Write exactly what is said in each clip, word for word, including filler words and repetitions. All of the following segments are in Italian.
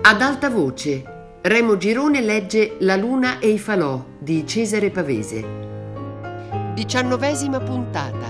Ad alta voce, Remo Girone legge La luna e i falò di Cesare Pavese. Diciannovesima puntata.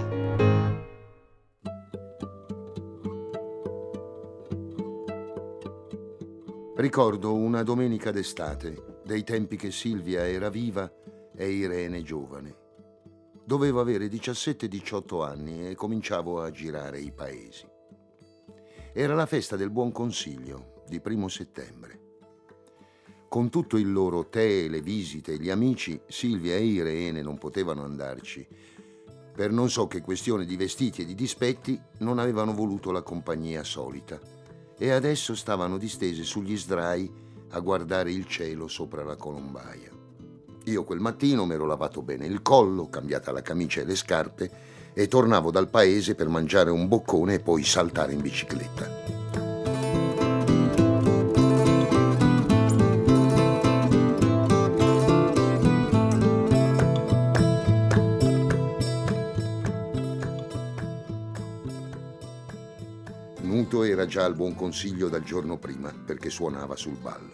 Ricordo una domenica d'estate, dei tempi che Silvia era viva e Irene giovane. Dovevo avere diciassette diciotto anni e cominciavo a girare i paesi. Era la festa del Buon Consiglio di primo settembre. Con tutto il loro tè, le visite e gli amici, Silvia e Irene non potevano andarci. Per non so che questione di vestiti e di dispetti non avevano voluto la compagnia solita e adesso stavano distese sugli sdrai a guardare il cielo sopra la colombaia. Io quel mattino mi ero lavato bene il collo, cambiata la camicia e le scarpe e tornavo dal paese per mangiare un boccone e poi saltare in bicicletta. Nuto era già al Buon Consiglio dal giorno prima perché suonava sul ballo.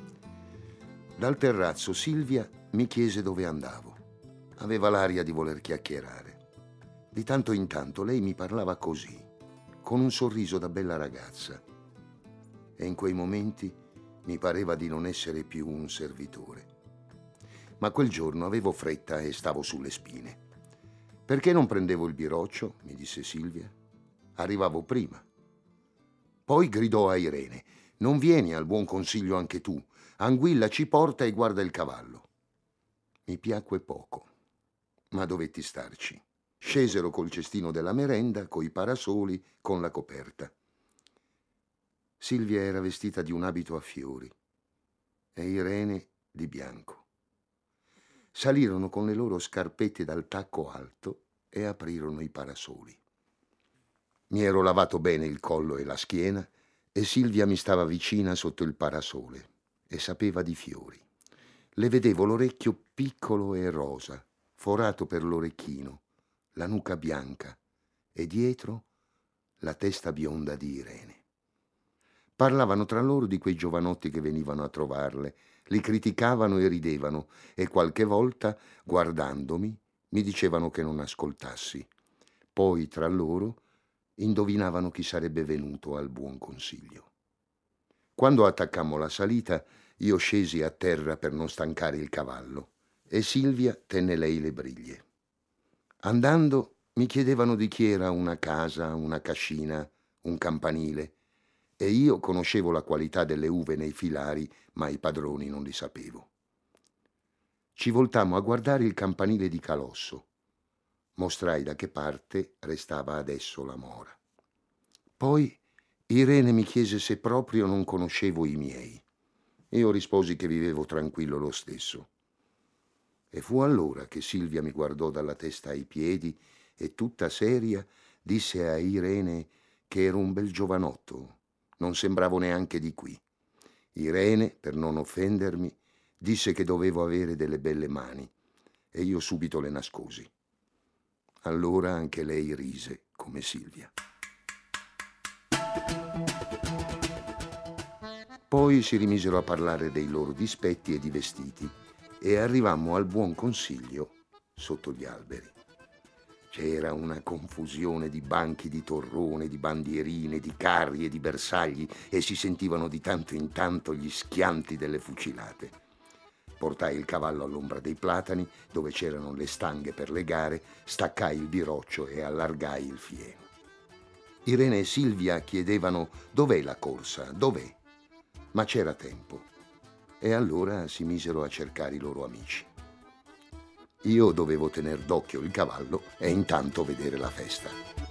Dal terrazzo Silvia mi chiese dove andavo. Aveva l'aria di voler chiacchierare. Di tanto in tanto lei mi parlava così, con un sorriso da bella ragazza. E in quei momenti mi pareva di non essere più un servitore. Ma quel giorno avevo fretta e stavo sulle spine. Perché non prendevo il biroccio? Mi disse Silvia. Arrivavo prima. Poi gridò a Irene: non vieni al Buon Consiglio anche tu? Anguilla ci porta e guarda il cavallo. Mi piacque poco, ma dovetti starci. Scesero col cestino della merenda, coi parasoli, con la coperta. Silvia era vestita di un abito a fiori e Irene di bianco. Salirono con le loro scarpette dal tacco alto e aprirono i parasoli. Mi ero lavato bene il collo e la schiena e Silvia mi stava vicina sotto il parasole e sapeva di fiori. Le vedevo l'orecchio piccolo e rosa, forato per l'orecchino, la nuca bianca e dietro la testa bionda di Irene. Parlavano tra loro di quei giovanotti che venivano a trovarle, li criticavano e ridevano e qualche volta, guardandomi, mi dicevano che non ascoltassi. Poi tra loro indovinavano chi sarebbe venuto al Buon Consiglio. Quando attaccammo la salita, io scesi a terra per non stancare il cavallo e Silvia tenne lei le briglie. Andando mi chiedevano di chi era una casa, una cascina, un campanile e io conoscevo la qualità delle uve nei filari, ma i padroni non li sapevo. Ci voltammo a guardare il campanile di Calosso. Mostrai da che parte restava adesso la mora. Poi Irene mi chiese se proprio non conoscevo i miei. Io risposi che vivevo tranquillo lo stesso. E fu allora che Silvia mi guardò dalla testa ai piedi e tutta seria disse a Irene che ero un bel giovanotto, non sembravo neanche di qui. Irene, per non offendermi, disse che dovevo avere delle belle mani e io subito le nascosi. Allora anche lei rise come Silvia. Poi si rimisero a parlare dei loro dispetti e di vestiti e arrivammo al Buon Consiglio sotto gli alberi. C'era una confusione di banchi di torrone, di bandierine, di carri e di bersagli e si sentivano di tanto in tanto gli schianti delle fucilate. Portai il cavallo all'ombra dei platani, dove c'erano le stanghe per legare, staccai il biroccio e allargai il fieno. Irene e Silvia chiedevano dov'è la corsa, dov'è? Ma c'era tempo e allora si misero a cercare i loro amici. Io dovevo tener d'occhio il cavallo e intanto vedere la festa.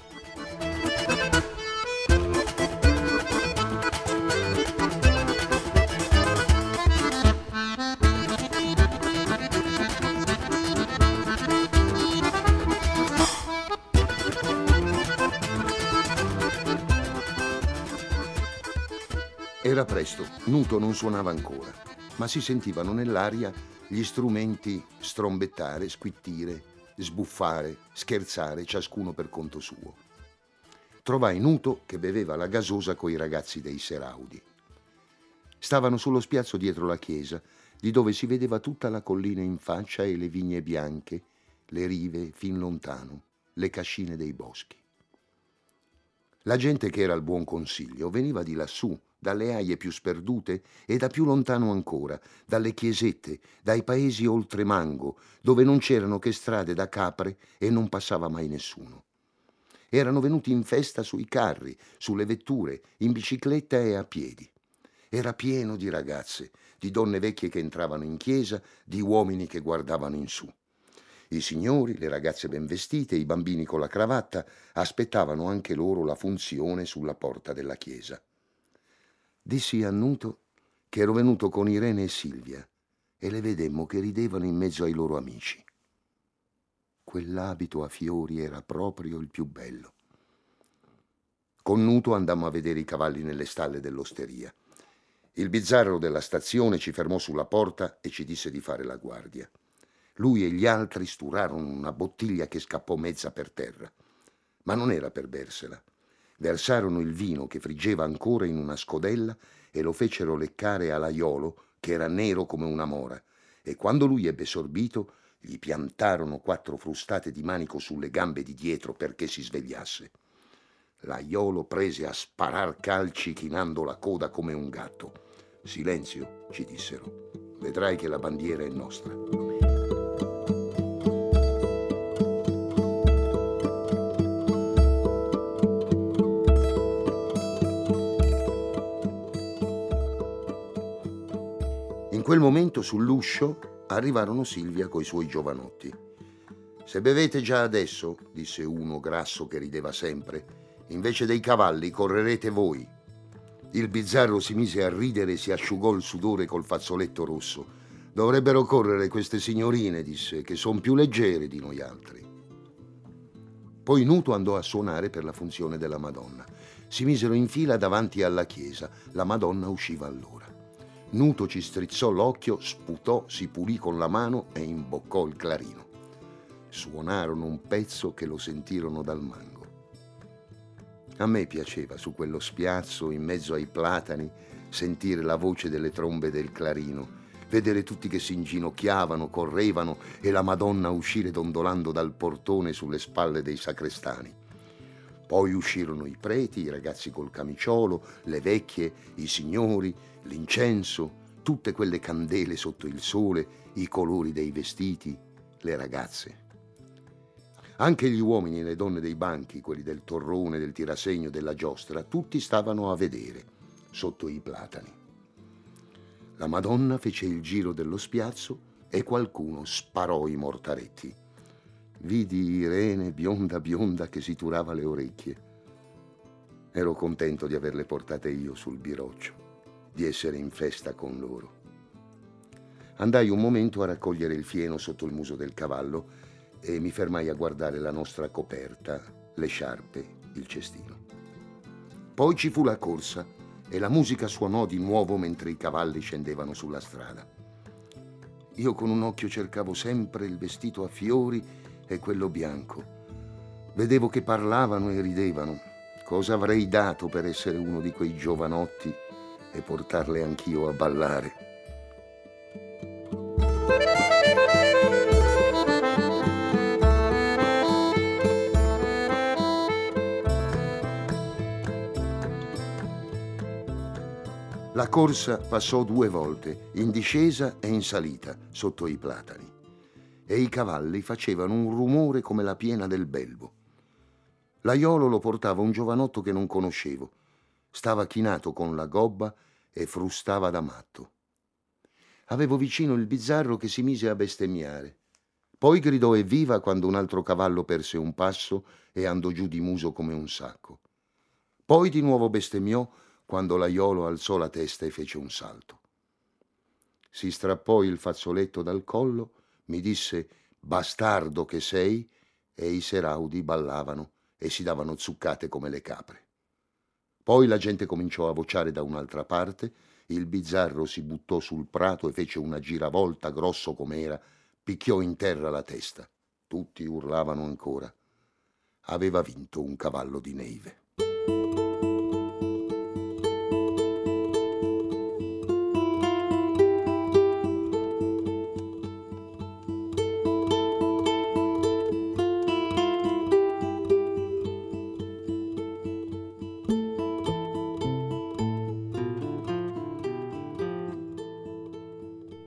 Era presto, Nuto non suonava ancora, ma si sentivano nell'aria gli strumenti strombettare, squittire, sbuffare, scherzare, ciascuno per conto suo. Trovai Nuto che beveva la gasosa coi ragazzi dei Seraudi. Stavano sullo spiazzo dietro la chiesa, di dove si vedeva tutta la collina in faccia e le vigne bianche, le rive fin lontano, le cascine dei boschi. La gente che era al buon consiglio veniva di lassù, dalle aie più sperdute e da più lontano ancora, dalle chiesette, dai paesi oltremango, dove non c'erano che strade da capre e non passava mai nessuno. Erano venuti in festa sui carri, sulle vetture, in bicicletta e a piedi. Era pieno di ragazze, di donne vecchie che entravano in chiesa, di uomini che guardavano in su. I signori, le ragazze ben vestite, i bambini con la cravatta, aspettavano anche loro la funzione sulla porta della chiesa. Dissi a Nuto che ero venuto con Irene e Silvia e le vedemmo che ridevano in mezzo ai loro amici. Quell'abito a fiori era proprio il più bello. Con Nuto andammo a vedere i cavalli nelle stalle dell'osteria. Il bizzarro della stazione ci fermò sulla porta e ci disse di fare la guardia. Lui e gli altri sturarono una bottiglia che scappò mezza per terra. Ma non era per bersela. Versarono il vino che friggeva ancora in una scodella e lo fecero leccare all'aiolo, che era nero come una mora, e quando lui ebbe sorbito, gli piantarono quattro frustate di manico sulle gambe di dietro perché si svegliasse. L'aiolo prese a sparar calci chinando la coda come un gatto. Silenzio, ci dissero. Vedrai che la bandiera è nostra. In quel momento sull'uscio arrivarono Silvia coi suoi giovanotti. «Se bevete già adesso», disse uno grasso che rideva sempre, «invece dei cavalli correrete voi». Il bizzarro si mise a ridere e si asciugò il sudore col fazzoletto rosso. «Dovrebbero correre queste signorine», disse, «che son più leggere di noi altri». Poi Nuto andò a suonare per la funzione della Madonna. Si misero in fila davanti alla chiesa. La Madonna usciva allora. Nuto ci strizzò l'occhio, sputò, si pulì con la mano e imboccò il clarino. Suonarono un pezzo che lo sentirono dal mango. A me piaceva su quello spiazzo, in mezzo ai platani, sentire la voce delle trombe del clarino, vedere tutti che si inginocchiavano, correvano e la Madonna uscire dondolando dal portone sulle spalle dei sacrestani. Poi uscirono i preti, i ragazzi col camiciolo, le vecchie, i signori, l'incenso, tutte quelle candele sotto il sole, i colori dei vestiti, le ragazze. Anche gli uomini e le donne dei banchi, quelli del torrone, del tirasegno, della giostra, tutti stavano a vedere, sotto i platani. La Madonna fece il giro dello spiazzo e qualcuno sparò i mortaretti. Vidi Irene, bionda bionda, che si turava le orecchie. Ero contento di averle portate io sul biroccio, di essere in festa con loro. Andai un momento a raccogliere il fieno sotto il muso del cavallo e mi fermai a guardare la nostra coperta, le sciarpe, il cestino. Poi ci fu la corsa e la musica suonò di nuovo mentre i cavalli scendevano sulla strada. Io con un occhio cercavo sempre il vestito a fiori e quello bianco. Vedevo che parlavano e ridevano. Cosa avrei dato per essere uno di quei giovanotti e portarle anch'io a ballare? La corsa passò due volte, in discesa e in salita, sotto i platani, e i cavalli facevano un rumore come la piena del belvo. L'aiolo lo portava un giovanotto che non conoscevo. Stava chinato con la gobba e frustava da matto. Avevo vicino il bizzarro che si mise a bestemmiare. Poi gridò evviva quando un altro cavallo perse un passo e andò giù di muso come un sacco. Poi di nuovo bestemmiò quando l'aiolo alzò la testa e fece un salto. Si strappò il fazzoletto dal collo, mi disse «bastardo che sei» e i seraudi ballavano e si davano zuccate come le capre. Poi la gente cominciò a vociare da un'altra parte, il bizzarro si buttò sul prato e fece una giravolta grosso com'era, picchiò in terra la testa. Tutti urlavano ancora. Aveva vinto un cavallo di neve.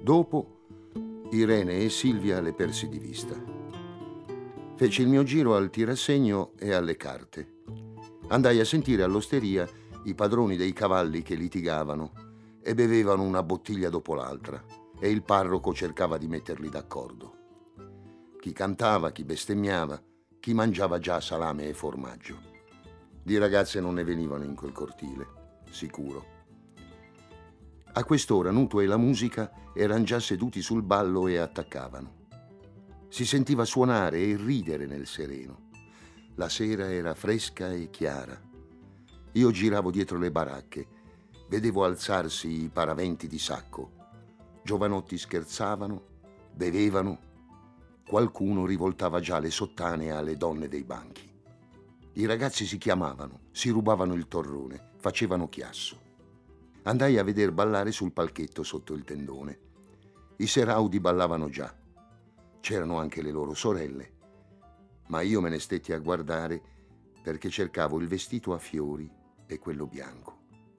Dopo, Irene e Silvia le persi di vista. Feci il mio giro al tirassegno e alle carte. Andai a sentire all'osteria i padroni dei cavalli che litigavano e bevevano una bottiglia dopo l'altra, e il parroco cercava di metterli d'accordo. Chi cantava, chi bestemmiava, chi mangiava già salame e formaggio. Di ragazze non ne venivano in quel cortile, sicuro. A quest'ora Nuto e la musica erano già seduti sul ballo e attaccavano. Si sentiva suonare e ridere nel sereno. La sera era fresca e chiara. Io giravo dietro le baracche, vedevo alzarsi i paraventi di sacco. Giovanotti scherzavano, bevevano. Qualcuno rivoltava già le sottane alle donne dei banchi. I ragazzi si chiamavano, si rubavano il torrone, facevano chiasso. Andai a veder ballare sul palchetto sotto il tendone. I seraudi ballavano già. C'erano anche le loro sorelle, ma io me ne stetti a guardare perché cercavo il vestito a fiori e quello bianco.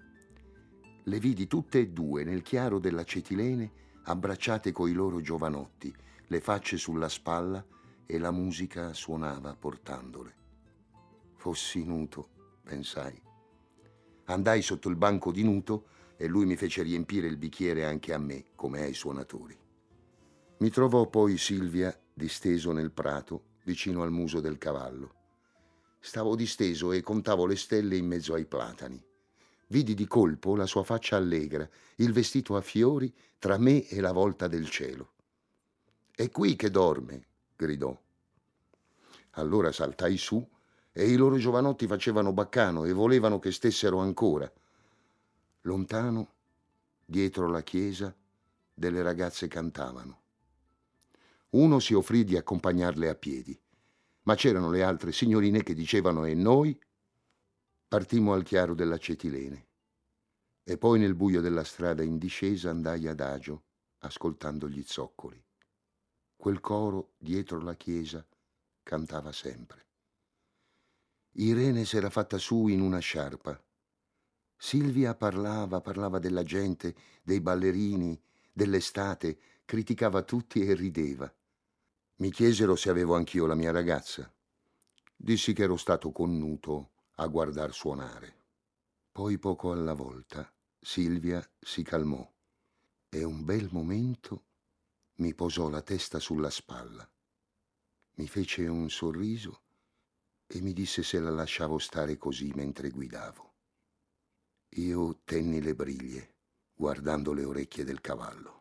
Le vidi tutte e due nel chiaro dell'acetilene, abbracciate coi loro giovanotti, le facce sulla spalla, e la musica suonava portandole. Fossi Nuto, pensai. Andai sotto il banco di Nuto e lui mi fece riempire il bicchiere anche a me, come ai suonatori. Mi trovò poi Silvia disteso nel prato, vicino al muso del cavallo. Stavo disteso e contavo le stelle in mezzo ai platani. Vidi di colpo la sua faccia allegra, il vestito a fiori tra me e la volta del cielo. «È qui che dorme», gridò. Allora saltai su e i loro giovanotti facevano baccano e volevano che stessero ancora. Lontano, dietro la chiesa, delle ragazze cantavano. Uno si offrì di accompagnarle a piedi, ma c'erano le altre signorine che dicevano «e noi?» Partimmo al chiaro dell'acetilene e poi nel buio della strada in discesa andai adagio, ascoltando gli zoccoli. Quel coro dietro la chiesa cantava sempre. Irene s'era fatta su in una sciarpa. Silvia parlava, parlava della gente, dei ballerini, dell'estate, criticava tutti e rideva. Mi chiesero se avevo anch'io la mia ragazza. Dissi che ero stato con Nuto a guardar suonare. Poi poco alla volta Silvia si calmò e un bel momento mi posò la testa sulla spalla. Mi fece un sorriso e mi disse se la lasciavo stare così mentre guidavo. Io tenni le briglie, guardando le orecchie del cavallo.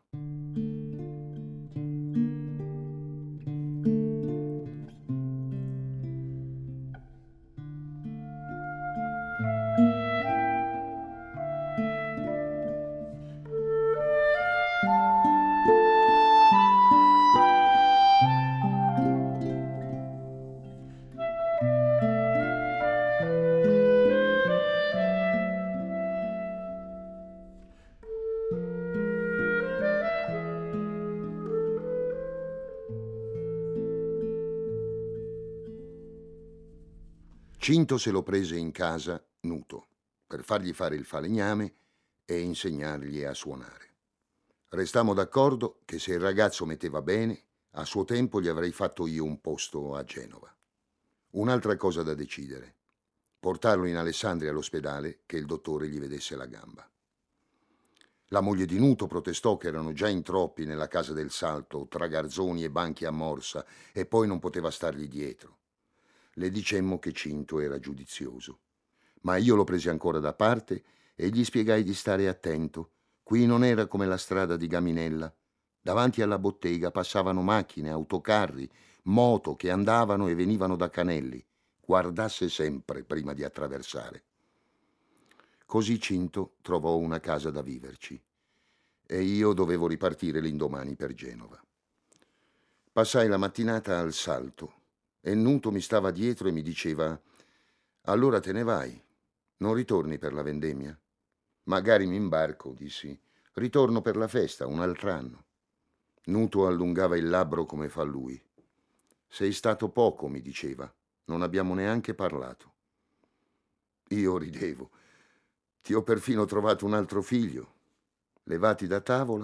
Cinto se lo prese in casa Nuto per fargli fare il falegname e insegnargli a suonare. Restammo d'accordo che se il ragazzo metteva bene, a suo tempo gli avrei fatto io un posto a Genova. Un'altra cosa da decidere: portarlo in Alessandria all'ospedale che il dottore gli vedesse la gamba. La moglie di Nuto protestò che erano già in troppi nella casa del Salto, tra garzoni e banchi a morsa, e poi non poteva stargli dietro. Le dicemmo che Cinto era giudizioso, ma io lo presi ancora da parte e gli spiegai di stare attento. Qui non era come la strada di Gaminella. Davanti alla bottega passavano macchine, autocarri, moto che andavano e venivano da Canelli. Guardasse sempre prima di attraversare. Così Cinto trovò una casa da viverci e io dovevo ripartire l'indomani per Genova. Passai la mattinata al Salto e Nuto mi stava dietro e mi diceva: «Allora te ne vai? Non ritorni per la vendemmia?» «Magari mi imbarco», dissi. «Ritorno per la festa, un altro anno». Nuto allungava il labbro come fa lui. «Sei stato poco», mi diceva. «Non abbiamo neanche parlato». Io ridevo. «Ti ho perfino trovato un altro figlio». Levati da tavola,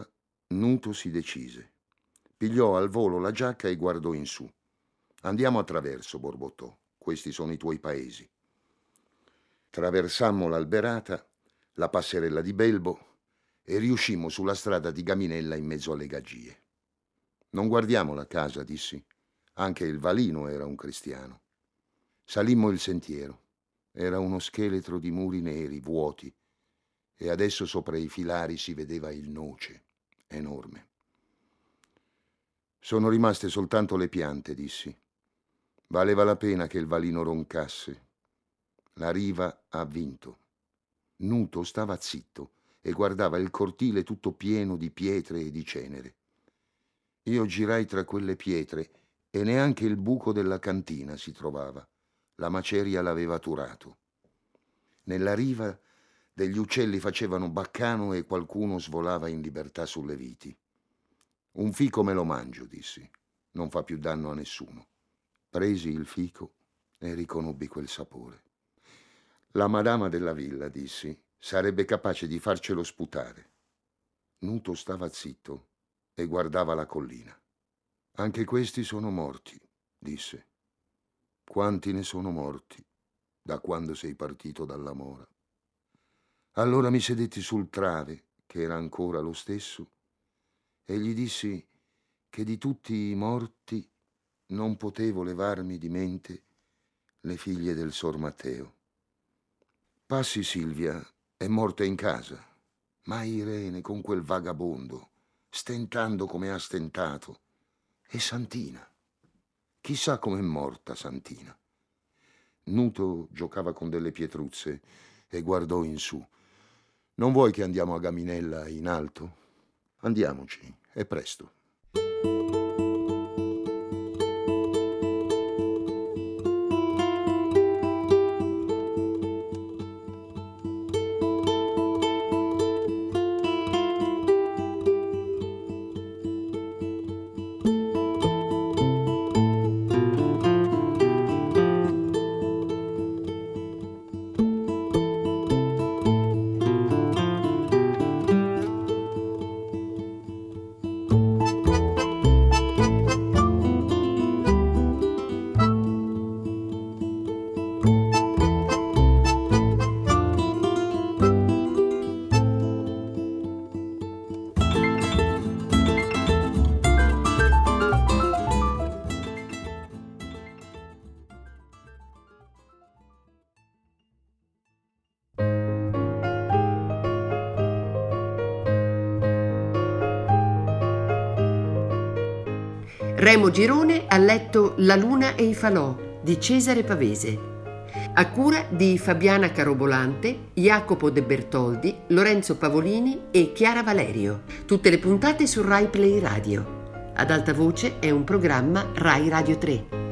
Nuto si decise. Pigliò al volo la giacca e guardò in su. «Andiamo attraverso», borbottò. «Questi sono i tuoi paesi». Traversammo l'Alberata, la passerella di Belbo e riuscimmo sulla strada di Gaminella in mezzo alle gaggie. «Non guardiamo la casa», dissi. Anche il valino era un cristiano. Salimmo il sentiero. Era uno scheletro di muri neri, vuoti, e adesso sopra i filari si vedeva il noce, enorme. «Sono rimaste soltanto le piante», dissi. Valeva la pena che il valino roncasse. La riva ha vinto. Nuto stava zitto e guardava il cortile tutto pieno di pietre e di cenere. Io girai tra quelle pietre e neanche il buco della cantina si trovava. La maceria l'aveva turato. Nella riva degli uccelli facevano baccano e qualcuno svolava in libertà sulle viti. «Un fico me lo mangio», dissi. «Non fa più danno a nessuno». Presi il fico e riconobbi quel sapore. «La madama della villa», dissi, «sarebbe capace di farcelo sputare». Nuto stava zitto e guardava la collina. «Anche questi sono morti», disse. «Quanti ne sono morti da quando sei partito dalla mora?» Allora mi sedetti sul trave, che era ancora lo stesso, e gli dissi che di tutti i morti non potevo levarmi di mente le figlie del Sor Matteo. Passi Silvia è morta in casa, ma Irene con quel vagabondo, stentando come ha stentato, e Santina. Chissà com'è morta Santina. Nuto giocava con delle pietruzze e guardò in su. «Non vuoi che andiamo a Gaminella in alto? Andiamoci, è presto». Remo Girone ha letto La luna e i falò di Cesare Pavese, a cura di Fabiana Carobolante, Jacopo De Bertoldi, Lorenzo Pavolini e Chiara Valerio. Tutte le puntate su Rai Play Radio. Ad alta voce è un programma Rai Radio tre.